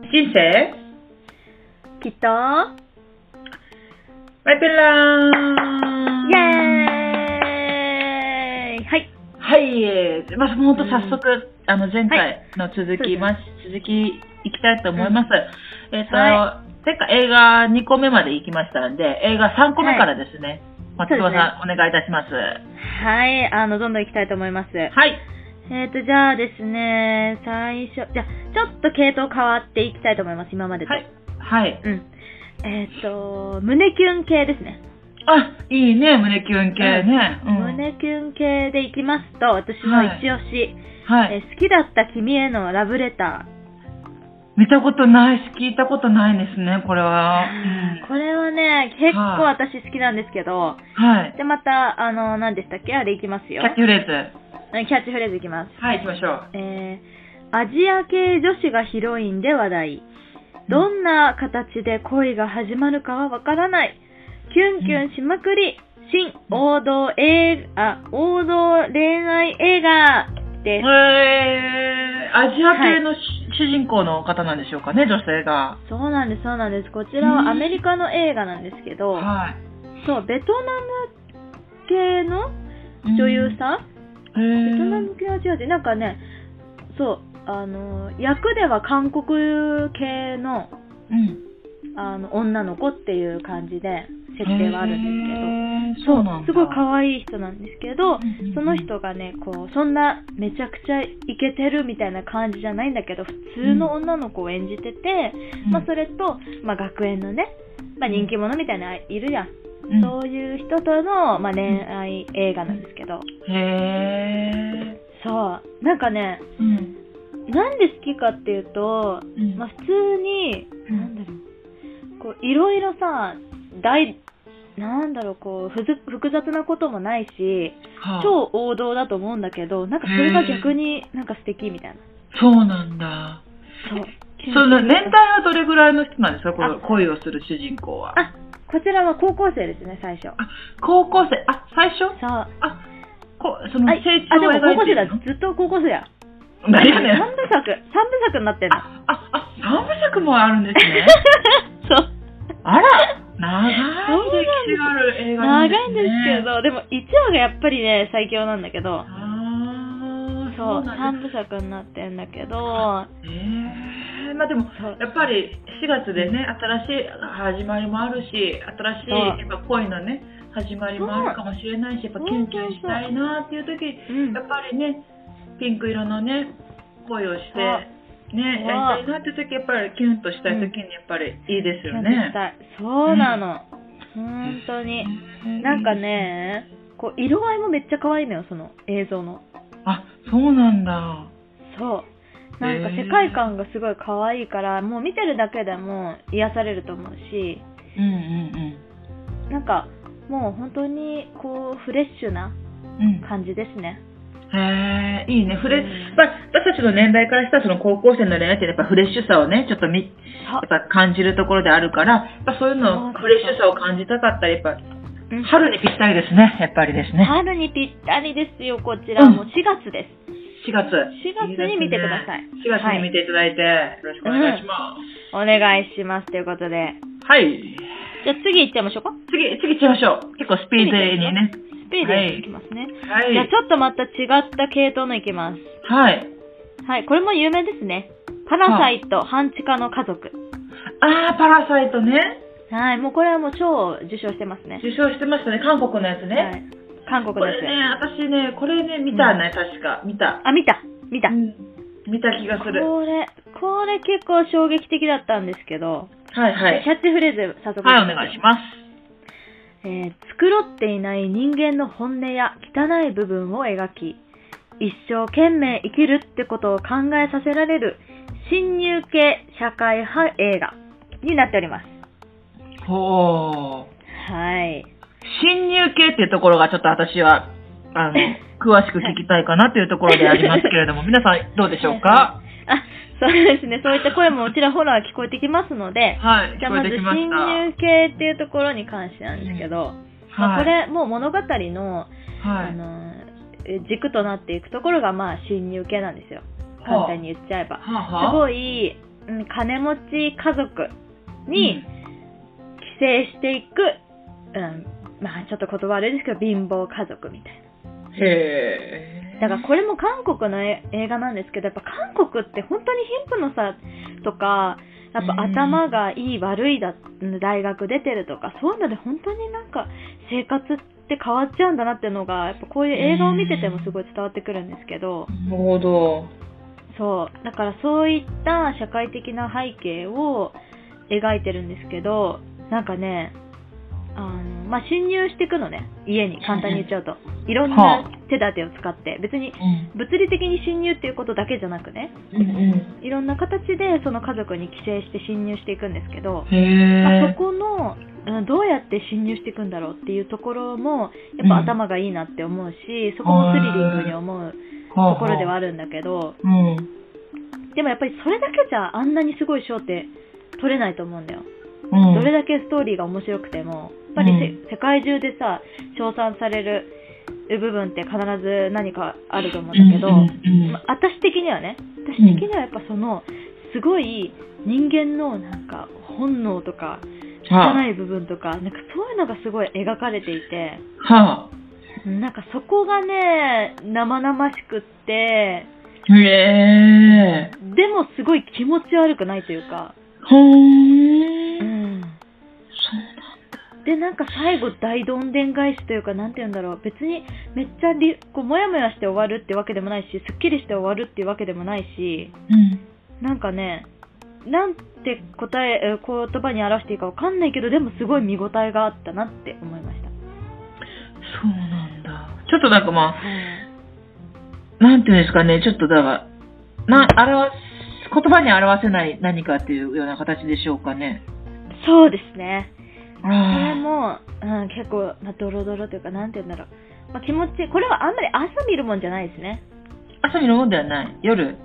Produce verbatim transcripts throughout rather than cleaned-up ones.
人生きっとマイペラーイエーイ。はいはい、えー、まあ、本当早速、うん、あの前回の続き、はい、続きいきたいと思います。うん、えっ、ー、と、はい、前回映画にこめまで行きましたので、映画さんこめからですね、はい、松尾さん、ね、お願いいたします。 はい、あのどんどん行きたいと思います。 はい。 えっ、ー、とじゃあですね、最初じゃあちょっと系統変わっていきたいと思います。今までと。 はい。はい。 うん。えっ、ー、と胸キュン系ですね。 あ、いいね、胸キュン系ね。 うんうん、胸キュン系でいきますと、私の一押し、 はいはい、 えー、好きだった君へのラブレター。 見たことないし、聞いたことないですね、これは。 うん、これはね、結構私好きなんですけど、 はい。 で、また、あの、何でしたっけ、あれいきますよ。 キャッチフレーズ。 キャッチフレーズいきます。 はい、行きましょう。 えー、アジア系女子がヒロインで話題。どんな形で恋が始まるかはわからない。キュンキュンしまくり。新王道映画、王道恋愛映画です。 へー、アジア系の、はい、主人公の方なんでしょうかね、女性が。 そうなんです、そうなんです。こちらはアメリカの映画なんですけど、 はい、 そう、ベトナム系の女優さん、ベトナム系は違うって、なんかね、そう、あの、役では韓国系の、うん、あの、女の子っていう感じで、設定はあるんですけど、そう、すごい可愛い人なんですけど、うんうんうん、その人がね、こう、そんなめちゃくちゃイケてるみたいな感じじゃないんだけど、普通の女の子を演じてて、うん、まあそれと、まあ学園のね、まあ人気者みたいな、いるじゃん。うん、そういう人との、まあ、恋愛映画なんですけど。 へー。 そう。なんかね、うん、なんで好きかっていうと、うん、まあ普通に、うん、なんだろう、こう、いろいろさ、大、なんだろう、こう、ふず複雑なこともないし、はあ、超王道だと思うんだけど、なんかそれが逆になんか素敵みたいな。 そうなんだ。 そう。 その年代はどれぐらいの人なんですか、この恋をする主人公は。 あ、こちらは高校生ですね、最初。 あ、高校生、あ、最初？ そう。 あ、こその成長を描いてるの？あ、でも高校生だ、ずっと高校生や。 何やねん。 三部作、三部作になってんの。 あ、あ、あ、三部作もあるんですね。 そう。 あら、長い歴史がある映画なんですね。 長いんですけど、でもいちわがやっぱりね、最強なんだけど。 あー、 そう、三部作になってんだけど。 えー、まあでも、やっぱりしがつでね、新しい始まりもあるし、新しいやっぱ恋のね、始まりもあるかもしれないし、やっぱキュンキュンしたいなっていう時、うん、やっぱりね、ピンク色のね、恋をして、ね、やりたいなって時、やっぱりキュンとしたい時にやっぱりいいですよね。 そうなの。うん、本当に。なんかね、こう、色合いもめっちゃ可愛いのよ、その映像の。 あ、そうなんだ。 そう。なんか世界観がすごい可愛いから、もう見てるだけでも癒されると思うし、 うんうんうん。 なんか、もう本当にこう、フレッシュな感じですね。 うん、へー、いいね。フレ、うん、まあ、私たちの年代からしたらその高校生の恋愛ってやっぱフレッシュさをね、ちょっとみ、やっぱ感じるところであるから、やっぱそういうの、フレッシュさを感じたかったら、やっぱ、うん、春にぴったりですね、やっぱりですね。 春にぴったりですよ、こちら。うん、もうしがつです。 しがつ。 しがつに見てください。 いいしがつに見ていただいて、はい、よろしくお願いします、 うん。お願いします、ということで。 はい。 じゃあ次行っちゃいましょうか。 次、次行っちゃいましょう。結構スピーディーにね。 スピーディーにいきますね。 はい。 じゃあちょっとまた違った系統のいきます。 はい。 はい、これも有名ですね。パラサイト、半地下の家族。 あー、パラサイトね。 はい、もうこれはもう超受賞してますね。 受賞してましたね、韓国のやつね。はい。 韓国のやつ。 これね、私ね、これね、見たね、うん、確か。見た。 あ、見た。見た。うん、 見た気がする。 これ、これ結構衝撃的だったんですけど。 はいはい。 キャッチフレーズ、早速。 はい、お願いします。 えー、繕っていない人間の本音や汚い部分を描き、一生懸命生きるってことを考えさせられる新入系社会派映画になっております。 ほー。はい。 新入系っていうところがちょっと私は、あの、詳しく聞きたいかなというところでありますけれども、皆さんどうでしょうか？ あ、そうですね。そういった声もちらほら聞こえてきますので、 はい。 じゃあまず新入系っていうところに関してなんですけど、うんまあ、これもう物語の、はい、あの軸となっていくところがまあ新入系なんですよ。簡単に言っちゃえば。はあはあ、すごい、 うん金持ち家族に寄生していく、うん、まあちょっと言葉悪いですけど貧乏家族みたいな。 へー。 だからこれも韓国の映画なんですけど、やっぱ韓国って本当に貧富の差とか、やっぱ頭がいい悪いだ大学出てるとか、そういうので本当になんか生活って変わっちゃうんだなっていうのが、やっぱこういう映画を見ててもすごい伝わってくるんですけど、 なるほど。 そうだからそういった社会的な背景を描いてるんですけど、なんかね、あのまあ、侵入していくのね、家に簡単に言っちゃうと、いろんな手立てを使って、別に物理的に侵入っていうことだけじゃなくね、 うんうん、 いろんな形でその家族に寄生して侵入していくんですけど、 へー、 まあ、そこの、うん、どうやって侵入していくんだろうっていうところもやっぱ頭がいいなって思うし、そこもスリリングに思うところではあるんだけど、 うん、 でもやっぱりそれだけじゃあんなにすごい賞って取れないと思うんだよ。 うん、 どれだけストーリーが面白くてもやっぱり、うん、世界中でさ称賛される部分って必ず何かあると思うんだけど、うんうんうんまあ、私的にはね私的にはやっぱそのすごい人間のなんか本能とか汚い部分とか、はあ、なんかそういうのがすごい描かれていて、 はあ、 なんかそこがね生々しくってへえー、 でもすごい気持ち悪くないというか、 ほーん、うん、そうなんだ。 でなんか最後大どんでん返しというかなんて言うんだろう、別にめっちゃりこうもやもやして終わるってわけでもないし、すっきりして終わるっていうわけでもないし、 うん、 なんかねなんて答え言葉に表していいかわかんないけど、でもすごい見応えがあったなって思いました。 そうなんだ。ちょっとなんかまあ、うん、なんていうんですかね、ちょっとだからな表す言葉に表せない何かっていうような形でしょうかね。 そうですね。これあも、うん、結構、まあ、ドロドロというかなんて言うんだろう、まあ、気持ちこれはあんまり朝見るもんじゃないですね。 朝見るもんではない。夜。 うん、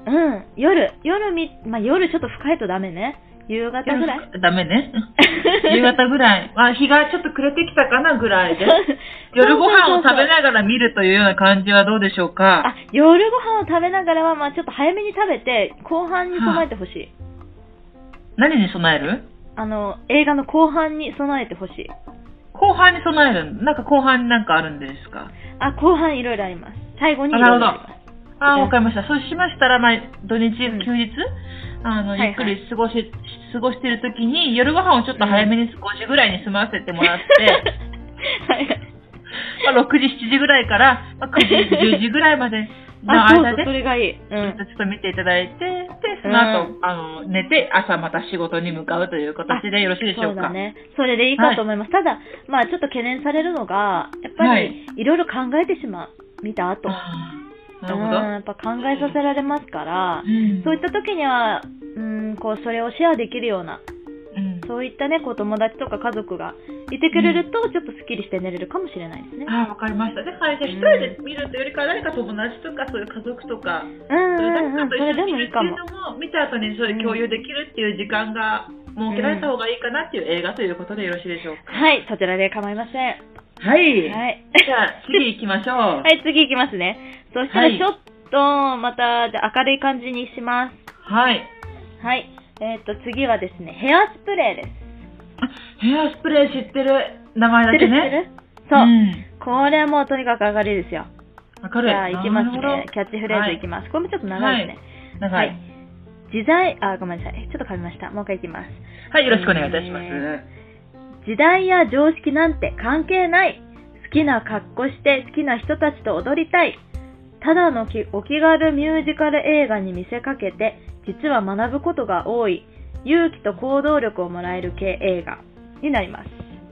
夜夜み、まあ、夜ちょっと深いとダメね。夕方ぐらい。 ダメね。夕方ぐらい。まあ日がちょっと暮れてきたかなぐらいで。夜ご飯を食べながら見るというような感じはどうでしょうか。 あ、夜ご飯を食べながらはまあちょっと早めに食べて後半に備えてほしい。はあ、何に備える？ あの映画の後半に備えてほしい。 後半に備える？なんか後半になんかあるんですか？ あ、後半いろいろあります。最後にいろいろあります。 あ、わかりました。そうしましたら、まあ、土日、休日、うん、あの、ゆっくり過ごし、はいはい、過ごしているときに、夜ご飯をちょっと早めにごじぐらいに済ませてもらって、はい、まあ、ろくじ、しちじぐらいから、まあ、くじ、じゅうじぐらいまでの間で、 それがいい。うん、 ちょっと見ていただいて、で、その後、うん、あの、寝て、朝また仕事に向かうという形でよろしいでしょうか。 そうだね。それでいいかと思います。はい、ただ、まあ、ちょっと懸念されるのが、やっぱり、いろいろ考えてしまう。見た後。 なるほど。 うん、やっぱ考えさせられますから、 うん、 そういった時には、うん、こうそれをシェアできるような、うん、そういったね、こう友達とか家族がいてくれると、ちょっとスッキリして寝れるかもしれないですね。 ああ、わかりました。で、はい、じゃあ一人で見るというよりか、誰か友達とかそういう家族とか、 うんうんうん、 それでもいいかも。見た後にそれ共有できるっていう時間が設けられた方がいいかなっていう映画ということでよろしいでしょうか。 はい、そちらで構いません。 はい。 はい、 じゃあ次行きましょう。 はい、次行きますね。そしたらちょっとまたじゃ明るい感じにします。 はい。 はい。えっと次はですね、ヘアスプレーです。 あ、ヘアスプレー知ってる名前だけね。知ってる？ そう、うん。これはもうとにかく明るいですよ。 明るい。 じゃあ行きますね。キャッチフレーズいきます。はい、これもちょっと長いですね。 はい。長い。はい、 時代、あ、ごめんなさい。ちょっと噛みました。もう一回いきます。 はい、よろしくお願いいたします。えー、時代や常識なんて関係ない。好きな格好して好きな人たちと踊りたい。ただのお気軽ミュージカル映画に見せかけて、実は学ぶことが多い、勇気と行動力をもらえる系映画になります。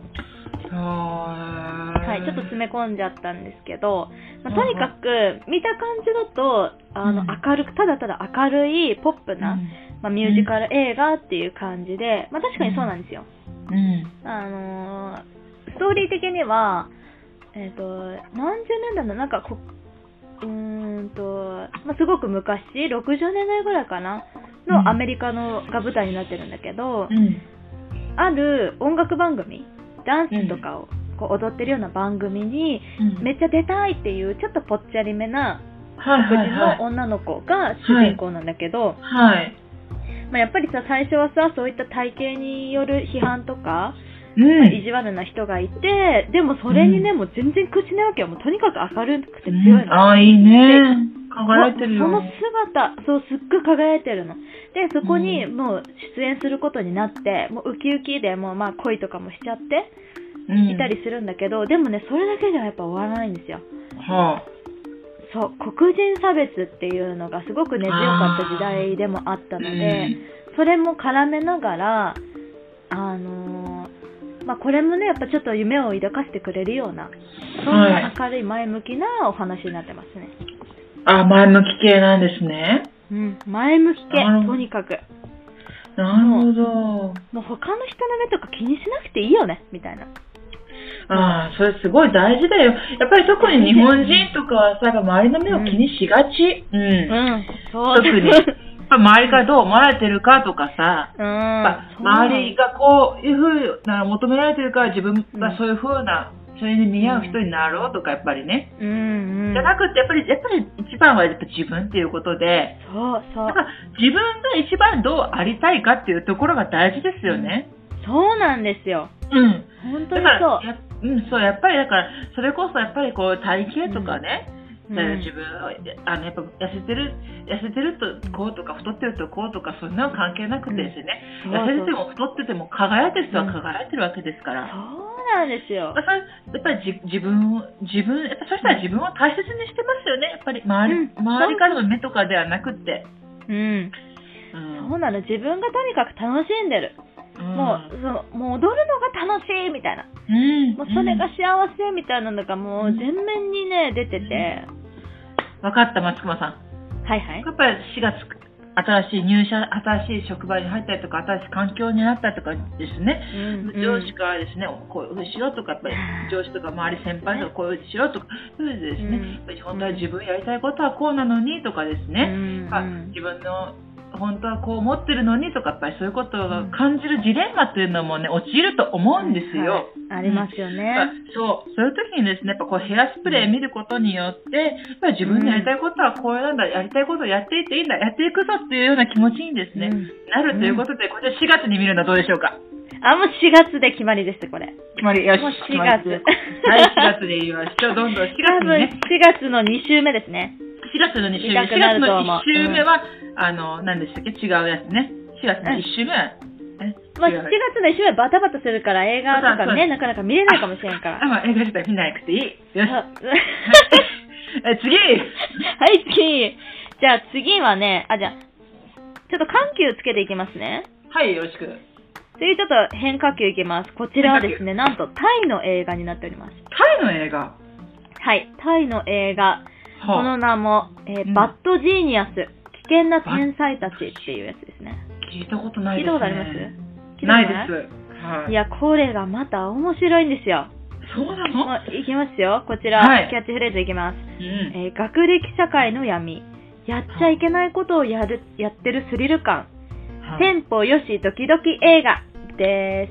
はい、ちょっと詰め込んじゃったんですけど、まあ、とにかく見た感じだとあの、うん、明るくただただ明るいポップな、うんまあ、ミュージカル映画っていう感じで、まあ、確かにそうなんですよ。 うん、 あのー、ストーリー的には、えっと、何十年代のなんかこうーんと、まあ、すごく昔ろくじゅうねんだいぐらいかなのアメリカのが舞台になってるんだけど、 うん、 ある音楽番組ダンスとかをこう踊ってるような番組に、うん、めっちゃ出たいっていうちょっとぽっちゃりめな黒人の女の子が主人公なんだけど、 はいはいはい、 まあ、やっぱりさ、最初はさ、そういった体型による批判とか、 うん、 意地悪な人がいて、でもそれにね、うん、もう全然口ないわけよ。もうとにかく明るくて強いの。 うん、ああ、いいね。輝いてるよ。 その姿、そう、すっごい輝いてるの。で、そこにもう出演することになって、もうウキウキでもうまあ恋とかもしちゃって、うん、いたりするんだけど、でもね、それだけではやっぱ終わらないんですよ。 はあ、 そう、黒人差別っていうのがすごく根強かった時代でもあったので、うん、それも絡めながら、あのー、まあ、これもね、やっぱちょっと夢を抱かせてくれるような、そんな明るい前向きなお話になってますね。 はい、あ、前向き系なんですね。 うん、前向き系、とにかく。 なるほど。 もう他の人の目とか気にしなくていいよね、みたいな。 ああ、それすごい大事だよ。やっぱり特に日本人とかはさ、周りの目を気にしがち。うん。うん、そう特に。周りからどう思われてるかとかさ、うん、周りがこういうふうな求められてるから自分がそういうふうな、うん、それに見合う人になろうとかやっぱりね、うんうん、じゃなくてやっぱりやっぱり一番はやっぱ自分っていうことで、 そうそう、 だから自分が一番どうありたいかっていうところが大事ですよね。 うん、そうなんですよ。 うん。 本当にそう。 だからや、うん、そうやっぱりだからそれこそやっぱりこう体型とかね。うん、自分あのやっぱ痩せてる痩せてるとこうとか太ってるとこうとかそんなの関係なくてですね、うん、痩せてても太ってても輝いてる人は輝いてるわけですから、うん、 そうなんですよ。 やっぱりじ自分自分やっぱそしたら自分を大切にしてますよね。やっぱり周り、うん、周りからの目とかではなくて、 うん、うん、そうなの。自分がとにかく楽しんでる。うん、もうそのもう踊るのが楽しいみたいな、うん、もうそれが幸せみたいなのがもう全面にね出てて、 分かった。松隈さん、 はいはい、 やっぱりしがつ新しい入社新しい職場に入ったりとか新しい環境になったりとかですね、うんうん、上司からですねこういうふうにしろとかやっぱり上司とか周り先輩とかこういうふうにしろとかそういうですね、うん、やっぱり本当は自分やりたいことはこうなのにとかですね、うんうん、自分の本当はこう思ってるのにとかやっぱりそういうことを感じるジレンマというのもね陥ると思うんですよ、 はい、ありますよね、 うん、そうそういう時にですねやっぱこうヘアスプレー見ることによってやっぱり自分のやりたいことはこうなんだ、うん、やりたいことをやっていっていいんだやっていくぞっていうような気持ちにですね、うん、なるということで、これでしがつに見るのはどうでしょうか。 あ、もうしがつで決まりです。これ決まり。よし、 もうしがつはいしがつで言いましょう。どんどんしがつにね、 しがつのに週目ですね。 しがつのに週目、しがつのいち週目は、うん、あの、何でしたっけ、違うやつね。しがつのいち週目は、 うん、まあ、しがつのいち週目はバタバタするから映画とかね、なかなか見れないかもしれんから。 あ、まあ、映画自体見なくていい。よし。え、次はい、次。じゃあ次はね、あ、じゃあ、ちょっと緩急つけていきますね。 はい、よろしく。 次ちょっと変化球いきます。こちらはですね、なんとタイの映画になっております。 タイの映画？ はい、タイの映画。この名も、えーうん、バッドジーニアス、危険な天才たちっていうやつですね。 聞いたことないですね。 聞いたことあります？聞いたことないです。はい。 いや、これがまた面白いんですよ。 そうなの？ いきますよ。こちら、はい、キャッチフレーズいきます。うんえー、学歴社会の闇。やっちゃいけないことをやる、やってるスリル感。はい、テンポよしドキドキ映画です。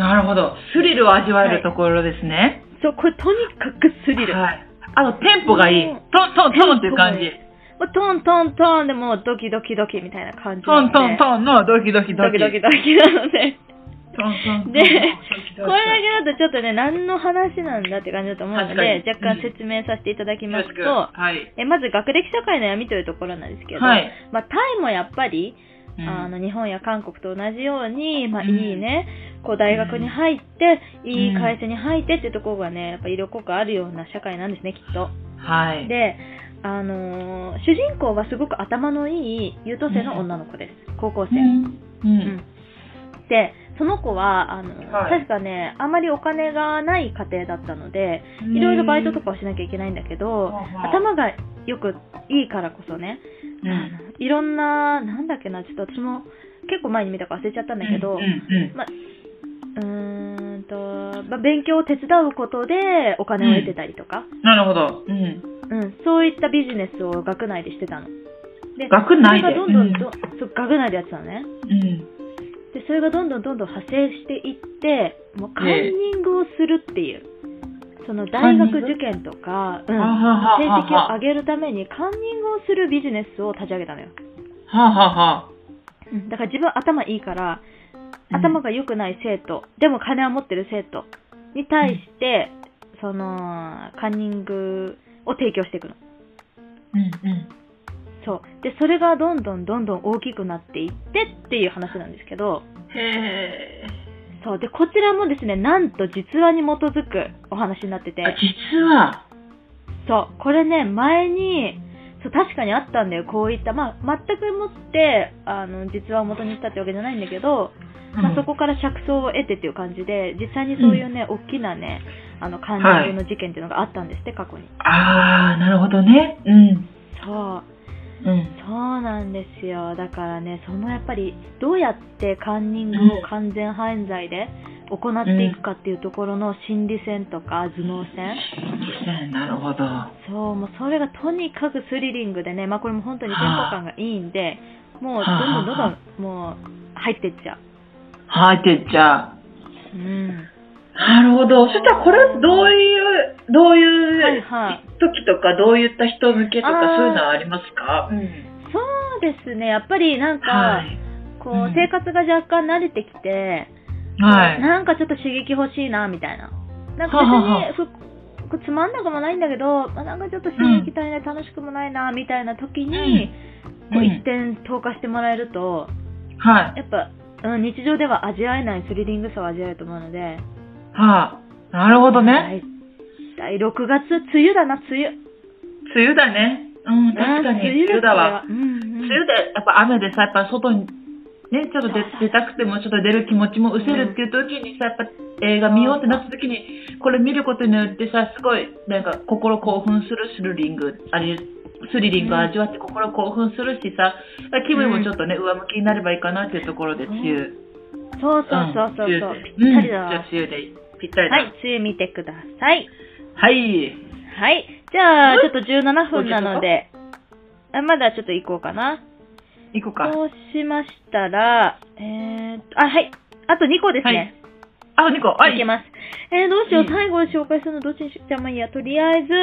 なるほど。スリルを味わえるところですね。 はい、そう、これとにかくスリル。はい。 あの、テンポがいい。トントントンっていう感じ。 トントントンでもドキドキドキみたいな感じトントントンのドキドキドキ。 ドキドキドキなので。 トントンで、これだけだとちょっとね、何の話なんだって感じだと思うので、若干説明させていただきますと、うんはい、えまず学歴社会の闇というところなんですけど、はい、まあ、タイもやっぱり、うん、あの日本や韓国と同じように、まあ、いいね、うん、こう大学に入って、うん、いい会社に入ってっていうところがね、やっぱ色濃くあるような社会なんですね、きっと。 はい。 で、あのー、主人公はすごく頭のいい優等生の女の子です。うん、高校生。うんうん、で、その子はあの、はい、確かね、あまりお金がない家庭だったので、いろいろバイトとかをしなきゃいけないんだけど、頭がよくいいからこそね、うん、いろんな、なんだっけな、ちょっと私も結構前に見たから忘れちゃったんだけど、うんうんうんまうーんとま、勉強を手伝うことでお金を得てたりとか、 うん、なるほど、うんうん、そういったビジネスを学内でしてたの。で、 学内でそれがどんどんど、うん、そう学内でやってたのね。 うんでそれがどんどんどんどん派生していってもうカンニングをするっていう、えー、その大学受験とか、うん、成績を上げるためにカンニングをするビジネスを立ち上げたのよ。 はあはあはあ、 うん、だから自分は頭いいから、頭が良くない生徒、でも金は持ってる生徒に対して、うん、そのカンニングを提供していくの。 うんうん。 そうで、それがどんどんどんどん大きくなっていってっていう話なんですけど、 へー。 そうで、こちらもですね、なんと実話に基づくお話になってて。 あ、実話。そう、 これね、前にそう確かにあったんだよ、こういった、まあ、全くもってあの実話を元にしたってわけじゃないんだけど、うん、まあ、そこから着想を得てっていう感じで、実際にそういうね、うん、大きなね、あのカンニングの事件っていうのがあったんですって、過去に。 あー、なるほどね。うん。 そう。 うん、 そうなんですよ。だからね、そのやっぱりどうやってカンニングを完全犯罪で行っていくかっていうところの心理戦とか頭脳戦。 心理戦、なるほど。 そう、もうそれがとにかくスリリングでね、まあこれも本当にテンポ感がいいんで、もうどんどんどんどんもう入っていっちゃう。 入っていっちゃう。うん。 なるほど。そしたらこれはどういう、どういう時とか、どういった人向けとか、そういうのはありますか？うん、 そうですね。やっぱりなんか、はい、こう、うん、生活が若干慣れてきて、はい、なんかちょっと刺激欲しいな、みたいな。なんか別にふつまんなくもないんだけど、まあ、なんかちょっと刺激足りない、楽しくもないな、みたいな時に、うん、こう一点投下してもらえると、はい、やっぱ、うん、日常では味わえないスリリングさを味わえると思うので、 はあ、なるほどね。 だいろくがつ、梅雨だな、梅雨。 梅雨だね。うん、確かに梅雨だわ。うんうん、梅雨で、やっぱ雨でさ、やっぱ外に、ね、ちょっと 出, 出たくても、ちょっと出る気持ちも失せるっていう時にさ、やっぱ映画見ようってなった時に、これ見ることによってさ、すごい、なんか心興奮するスリリング、あれ、スリリング味わって心興奮するしさ、気分もちょっとね、上向きになればいいかなっていうところで、梅雨。 そうそうそうそう、うん、ぴったりだわ。 じゃあ梅雨でぴったりだ。 はい、梅雨見てください。 はい。 はい。じゃあ、ちょっとじゅうななふんなので、あまだちょっと行こうかな。 行こうか。 そうしましたら、えーっと、あ、はい。あとにこですね。 はい、あ、にこ。はい。 いけます。えー、どうしよう。最後に紹介するのどっちにしよう。じゃあ、まあいいや。とりあえず、うん、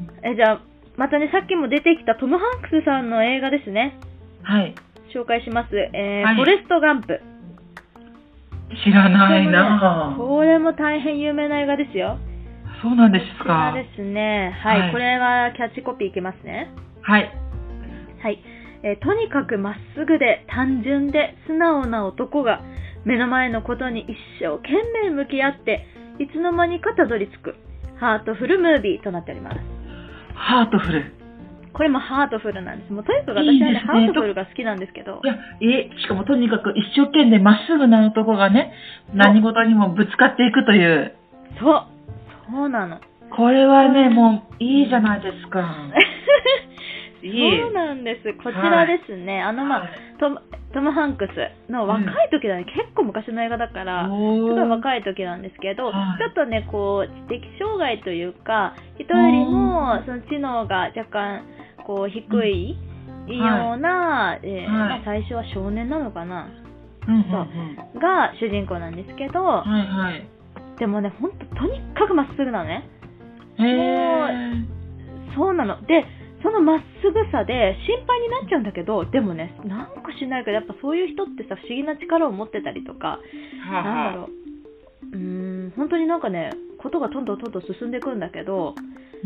え、じゃあ、またね、さっきも出てきたトム・ハンクスさんの映画ですね。 はい。 紹介します。えー、はい、フォレスト・ガンプ。 知らないなぁ、 ね。これも大変有名な映画ですよ。 そうなんですか。 そうですね。はい。はい、これはキャッチコピーいきますね。 はい。 はい。えー、とにかくまっすぐで単純で素直な男が目の前のことに一生懸命向き合っていつの間にかたどり着くハートフルムービーとなっております。 ハートフル。 これもハートフルなんです。もうとにかく私はね、いいね、ハートフルが好きなんですけど。 いや、え、しかもとにかく一生懸命まっすぐな男がね、何事にもぶつかっていくという。 そう。そうなの。 これはね、もういいじゃないですか。 いい。そうなんです。こちらですね。はい、あの、まあ、はい、トム、トム・ハンクスの若い時だね、うん、結構昔の映画だから、すごい若い時なんですけど、はい、ちょっとね、こう、知的障害というか、人よりも、その知能が若干、こう、低いような、うん、えーはい、まあ、最初は少年なのかな、うんうんうん、そうが主人公なんですけど、はいはい、でもね、ほんと、とにかくまっすぐなのね。へー。そうなの。で、そのまっすぐさで心配になっちゃうんだけど、でもね、なんかしないけど、やっぱそういう人ってさ、不思議な力を持ってたりとか、はあ、なんだろう、うーん、本当になんかね、ことがどんどんどんどん進んでいくんだけど、うん、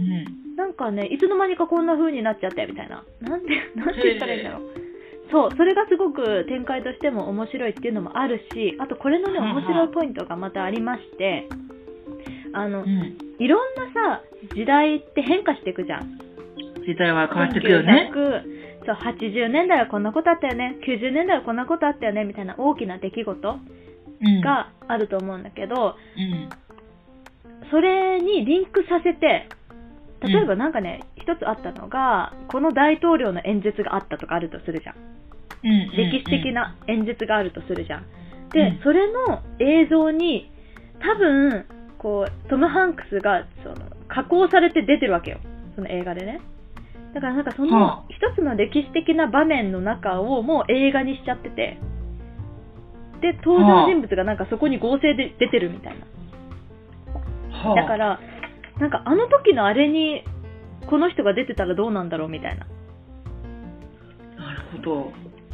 なんかね、いつの間にかこんな風になっちゃってみたいな。なんて、なんて言ったらいいんだろう。そう、それがすごく展開としても面白いっていうのもあるし、あとこれのね、面白いポイントがまたありまして、あの、うん、いろんなさ、時代って変化していくじゃん。 時代は変わっていくよね。 そう、はちじゅうねんだいはこんなことあったよね、きゅうじゅうねんだいはこんなことあったよねみたいな大きな出来事があると思うんだけど、うん、それにリンクさせて、例えばなんかね、うん、一つあったのが、この大統領の演説があったとかあるとするじゃん。うんうんうん、歴史的な演説があるとするじゃん。で、うん、それの映像に多分こうトム・ハンクスがその加工されて出てるわけよ、その映画でね。だからなんかその一つの歴史的な場面の中をもう映画にしちゃってて、で登場人物がなんかそこに合成で出てるみたいな。だからなんかあの時のあれにこの人が出てたらどうなんだろうみたいな。 なるほど。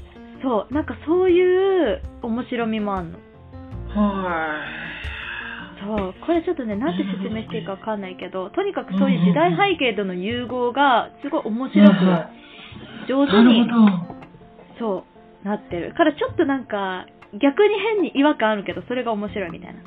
そう、なんかそういう面白みもあるの。 はい。 そう、これちょっとね、なんて説明していいかわかんないけど、とにかくそういう時代背景との融合がすごい面白く、上手に、そう、なってる。からちょっとなんか、逆に変に違和感あるけど、それが面白いみたいな。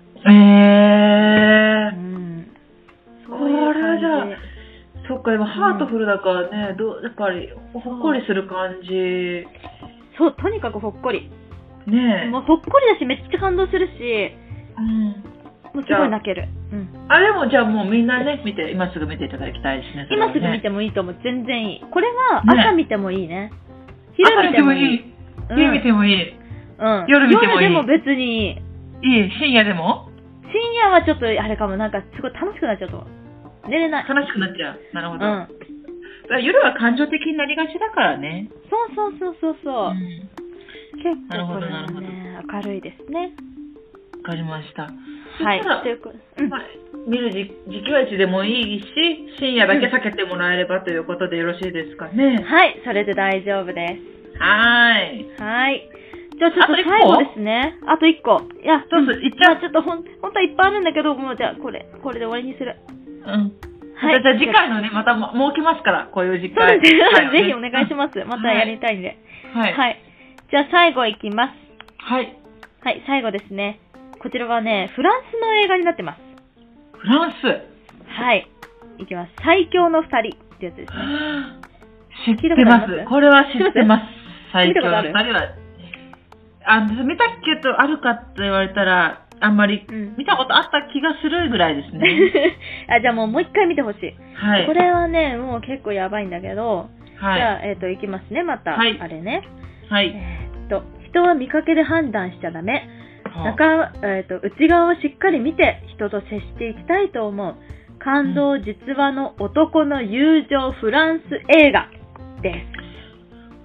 えー。 うん。 そういう感じ。これじゃあ、そっか、でもハートフルだからね、うん、どうやっぱりほっこりする感じ。 そう、とにかくほっこり。 ねえ。 もうほっこりだし、めっちゃ感動するし、うん。もうすごい泣ける。うん。 あ、でもじゃあもうみんなね、見て、今すぐ見ていただきたいですね。ね、 今すぐ見てもいいと思う。全然いい。これは朝見てもいいね。ね、 昼見てもいい。昼見てもいい。 うん。 夜見てもいい。 夜でも別にいい。 いい。深夜でも？ 深夜はちょっとあれかも、なんかすごい楽しくなっちゃうと。寝れない。 楽しくなっちゃう。なるほど。 うん。 夜は感情的になりがちだからね。 そうそうそうそうそう。うん、結構これはね、明るいですね。 わかりました。 はい。ということで、 うん、まあ、見る時期はいつでもいいし、深夜だけ避けてもらえればということでよろしいですかね。 うん、はい、それで大丈夫です。 はーい。 はい。じゃあちょっと最後ですね。あといっこ。いや、 どうぞ、いっちゃう。 まあ、ちょっとほん、ほんとはいっぱいあるんだけど、もうじゃあこれ、これで終わりにする。 うん。はい。じゃあ次回のね、また設けますから、こういう次回。 そうですね。ぜひお願いします。またやりたいんで。 はい。 はい。じゃあ最後いきます。 はい。 はい、最後ですね。こちらはね、フランスの映画になってます。 フランス？ はい。いきます。最強の二人ってやつですね。 知ってます。これは知ってます。最強の二人は。あ、見たっけとあるかって言われたら、あんまり見たことあった気がするぐらいですね。 あ、じゃあもうもう一回見てほしい。 はい。 これはね、もう結構やばいんだけど、 はい。 じゃあ、えっと、いきますね、また。はい。あれね。 はい。 えっと、人は見かけで判断しちゃダメ。中、えっと、内側をしっかり見て人と接していきたいと思う。感動実話の男の友情フランス映画です。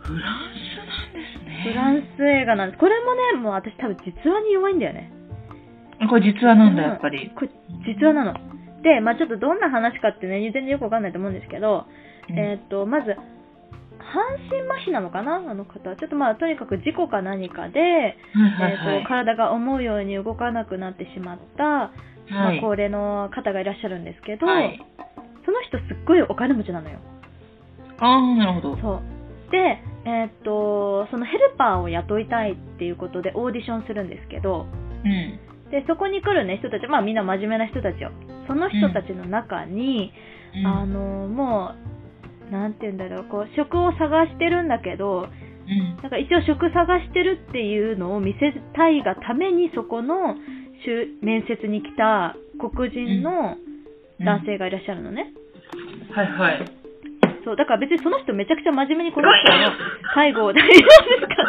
フランスなんですね。 フランス映画なんです。これもね、もう私多分実話に弱いんだよね。 これ実話なんだ、やっぱり。 これ実話なの。で、まあちょっとどんな話かってね、全然よくわかんないと思うんですけど、うん、えっと、まず、半身麻痺なのかなあの方は。ちょっとまあ、とにかく事故か何かで、えーと、体が思うように動かなくなってしまった、はい、まあ、高齢の方がいらっしゃるんですけど、はい、その人すっごいお金持ちなのよ。 ああ、なるほど。 そう。で、えっと、そのヘルパーを雇いたいっていうことでオーディションするんですけど、 うん。 で、そこに来るね、人たち、まあみんな真面目な人たちよ。その人たちの中に、うん、あの、もう、なんて言うんだろう、こう、職を探してるんだけど、うん、なんか一応職探してるっていうのを見せたいがために、そこの面接に来た黒人の男性がいらっしゃるのね。 うんうん、はいはい。 そう、だから別にその人めちゃくちゃ真面目にこの人の介護を大丈夫ですか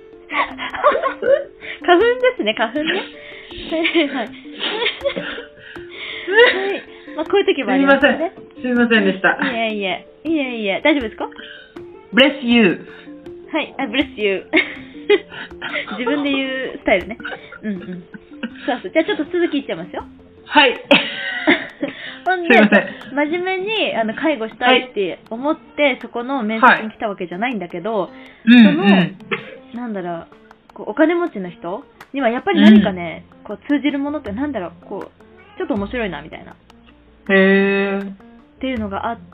花粉ですね、花粉ね。はい。はい。まあ、こういう時もありますね。 すみませんでした。 いえいえ。いえいえ。大丈夫ですか？ Bless you. はい、あ、Bless you. 自分で言うスタイルね。うんうん。そうそう。じゃあちょっと続きいっちゃいますよ。 はい。 ほんで、すいません。真面目にあの介護したいって思って、はい、そこの面接に来たわけじゃないんだけど、はい、その、うんうん、なんだろう、こうお金持ちの人にはやっぱり何かね、うん、こう通じるものってなんだろう、こう、ちょっと面白いなみたいな。 へー。 っていうのがあって、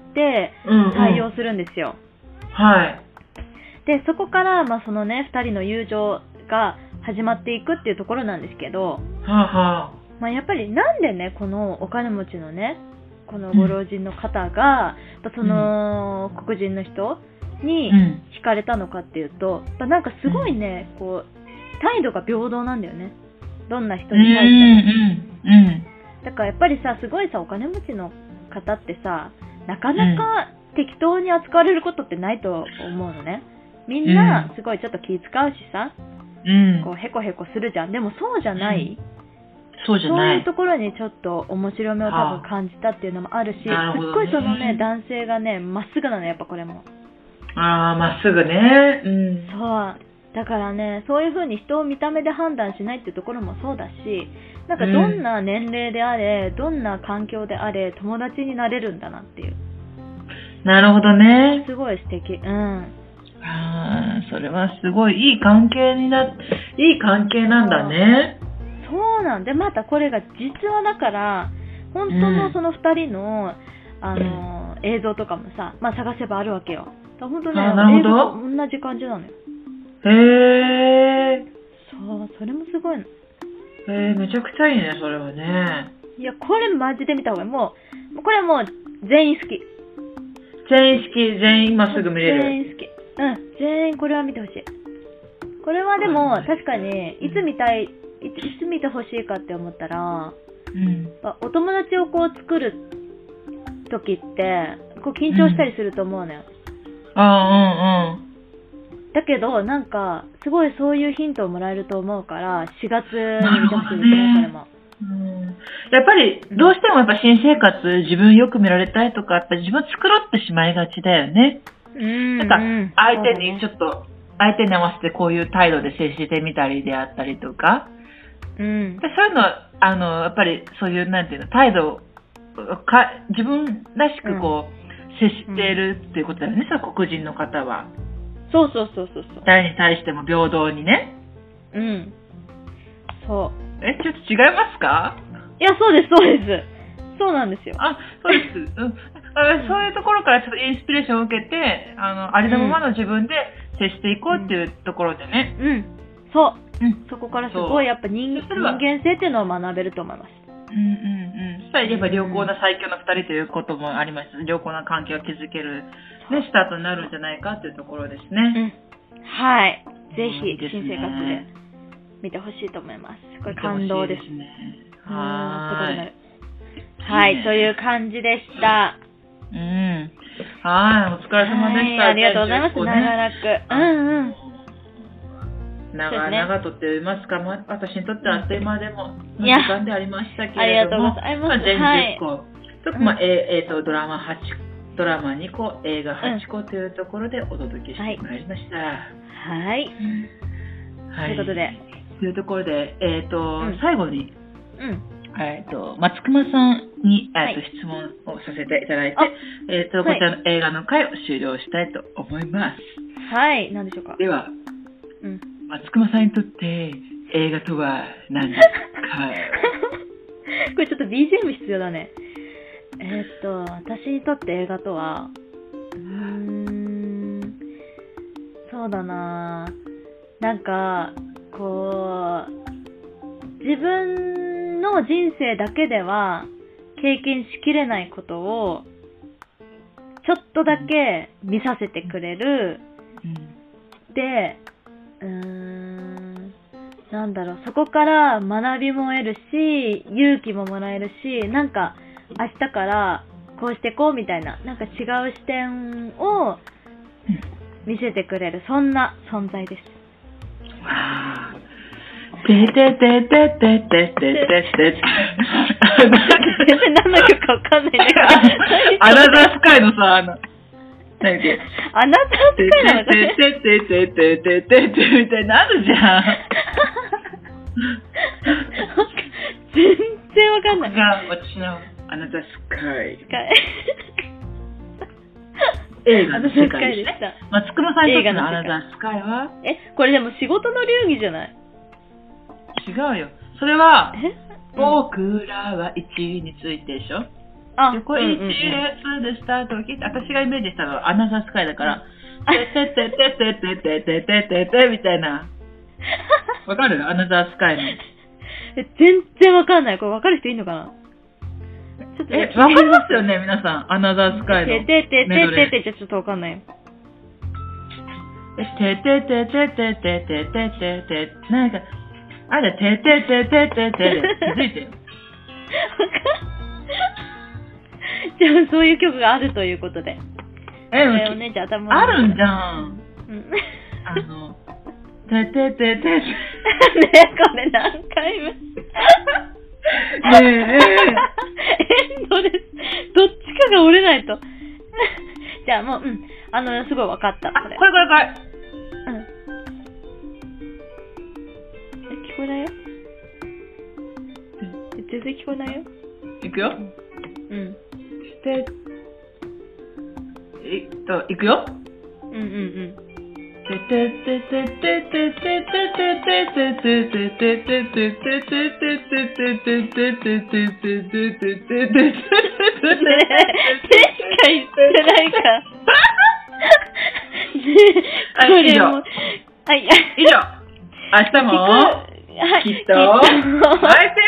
採用するんですよ。 うんうん、はい。 で、そこから、まあそのね、二人の友情が始まっていくっていうところなんですけど、 はあはあ、 まあ、やっぱりなんでね、このお金持ちのね、このご老人の方が、うん、その黒人の人に惹かれたのかっていうと、うん、なんかすごいね、こう、態度が平等なんだよね。どんな人に対しても。うんうんうん、だからやっぱりさ、すごいさ、お金持ちの方ってさ、なかなか適当に扱われることってないと思うのね。みんなすごいちょっと気使うしさ、うん、こうヘコヘコするじゃん。でもそうじゃない。うんそうじゃない。 そういうところにちょっと面白みを多分感じたっていうのもあるし、 はあ、 すっごいそのね、男性がね、まっすぐなの、やっぱこれも。 ああ、まっすぐね。うん。 そう。だからね、そういう風に人を見た目で判断しないっていうところもそうだし、なんかどんな年齢であれ、うん、どんな環境であれ、友達になれるんだなっていう。 なるほどね。 すごい素敵。うん。 ああ、それはすごいいい関係にな、いい関係なんだね。 そうなんで、またこれが実話だから、本当のそのふたりの、うん、あの映像とかもさ、まあ探せばあるわけよ。本当ね、 あ、なるほど。 映画と同じ感じなのよ。 へえ。 そう、それもすごいの。 へえ、めちゃくちゃいいね、それはね。 いや、これマジで見た方がいい。もう、これもう全員好き。 全員好き、全員今すぐ見れる。 全員好き。うん、全員これは見てほしい。これはでも、確かに、いつ見たい、いつ見てほしいかって思ったら、うん、お友達をこう作る時って、こう緊張したりすると思うのよ。 うん、ああ、うんうん。 だけど、なんか、すごいそういうヒントをもらえると思うから、しがつに見てほしいですね、これも。 うん、やっぱり、どうしてもやっぱ新生活、自分よく見られたいとか、やっぱり自分作ろうってしまいがちだよね。うん、なんか、相手にちょっと、相手に合わせてこういう態度で接してみたりであったりとか、うん、そういうのは、あの、やっぱりそういう、なんていうの、態度か、自分らしくこう、うん、接しているっていうことだよね、うん、黒人の方は。 そうそうそうそうそう。 誰に対しても平等にね。 うん。そう。 え、ちょっと違いますか？ いや、そうです、そうです。そうなんですよ。 あ、そうです。うん。そういうところからちょっとインスピレーションを受けて、あの、ありのままの自分で接していこうっていうところでね。 うん。うん、そう、うん。そこからすごいやっぱ 人, 人間性っていうのを学べると思います。 うんうんうん。そしたらやっぱ良好な最強の二人ということもあります。良好な関係を築ける、ね、スタートになるんじゃないかというところですね。 うん、はい。ぜひ、新生活で見てほしいと思います。これ感動です。 ね、 はい。はい、という感じでした。 うん。はい、お疲れ様でした。 ありがとうございます。長らく。うんうん。 長々とって言いますか、ま、私にとってはあっという間でも時間でありましたけれども、 ありがとうございます。 全じゅっこ、はい、まあ、えー、えーとドラマはちドラマにこ、映画はちこというところでお届けしてまいりました。 はい。はい。ということで。 というところで、えっ、ー、と、うん、最後に、 うん。 えっ、ー、と、松隈さんに、えーとはい、質問をさせていただいて、えっ、ー、と、こちらの映画の回を終了したいと思います。 はい。何でしょうか。 では、 うん。 松隈さんにとって映画とは何ですか？ これちょっと ビージーエム 必要だね。えー、っと、私にとって映画とは、うーん、そうだなぁ。なんか、こう、自分の人生だけでは経験しきれないことを、ちょっとだけ見させてくれる。うん、で、うーん、なんだろう、そこから学びも得るし、勇気ももらえるし、なんか、明日からこうしてこうみたいな、なんか違う視点を見せてくれる、そんな存在です。 ててててててててて全然何の曲かわかんないんだけど。 アナザースカイのさ、あの、何てアナザースカイなのかね。 ててててててててみたいになるじゃん。 全然わかんない。 ここが私のアナザースカイ。映画の世界ですね。松隈さんにとってのアナザースカイは？ え、これでも仕事の流儀じゃない？ 違うよ。それは、僕らは一位についてでしょ？ あ、 横一列でスタートを切って、私がイメージしたのはアナザースカイだから、てててててててててててみたいな。わかる？アナザースカイの。 え、全然わかんない。これわかる人いんのかな？ ちょっとえ、わかりますよね、皆さん。アナザースカイの。 ててててててちょっとわかんないよ。 ててててててててててなんか、あれ、てててててて気づいてよ。 じゃあ、そういう曲があるということで。 え、 うち、ね、じゃあ、 あるんじゃん。うん。あの、ててててて。ねえ、これ何回目。 ねえ、えエンドです。どっちかが折れないと。じゃあ、もう、うん。あの、すごい分かった。 これ。これこれこれ。 うん。え、聞こえないよ。全然聞こえないよ。 いくよ。 うん。 で、えっと、いくよ。 うんうんうん。 はい、以上。はい、以上。明日も、きっと、バイセルだ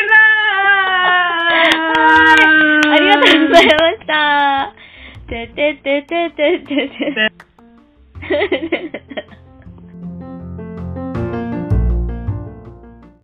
ー。 ありがとうございました。ててててててて。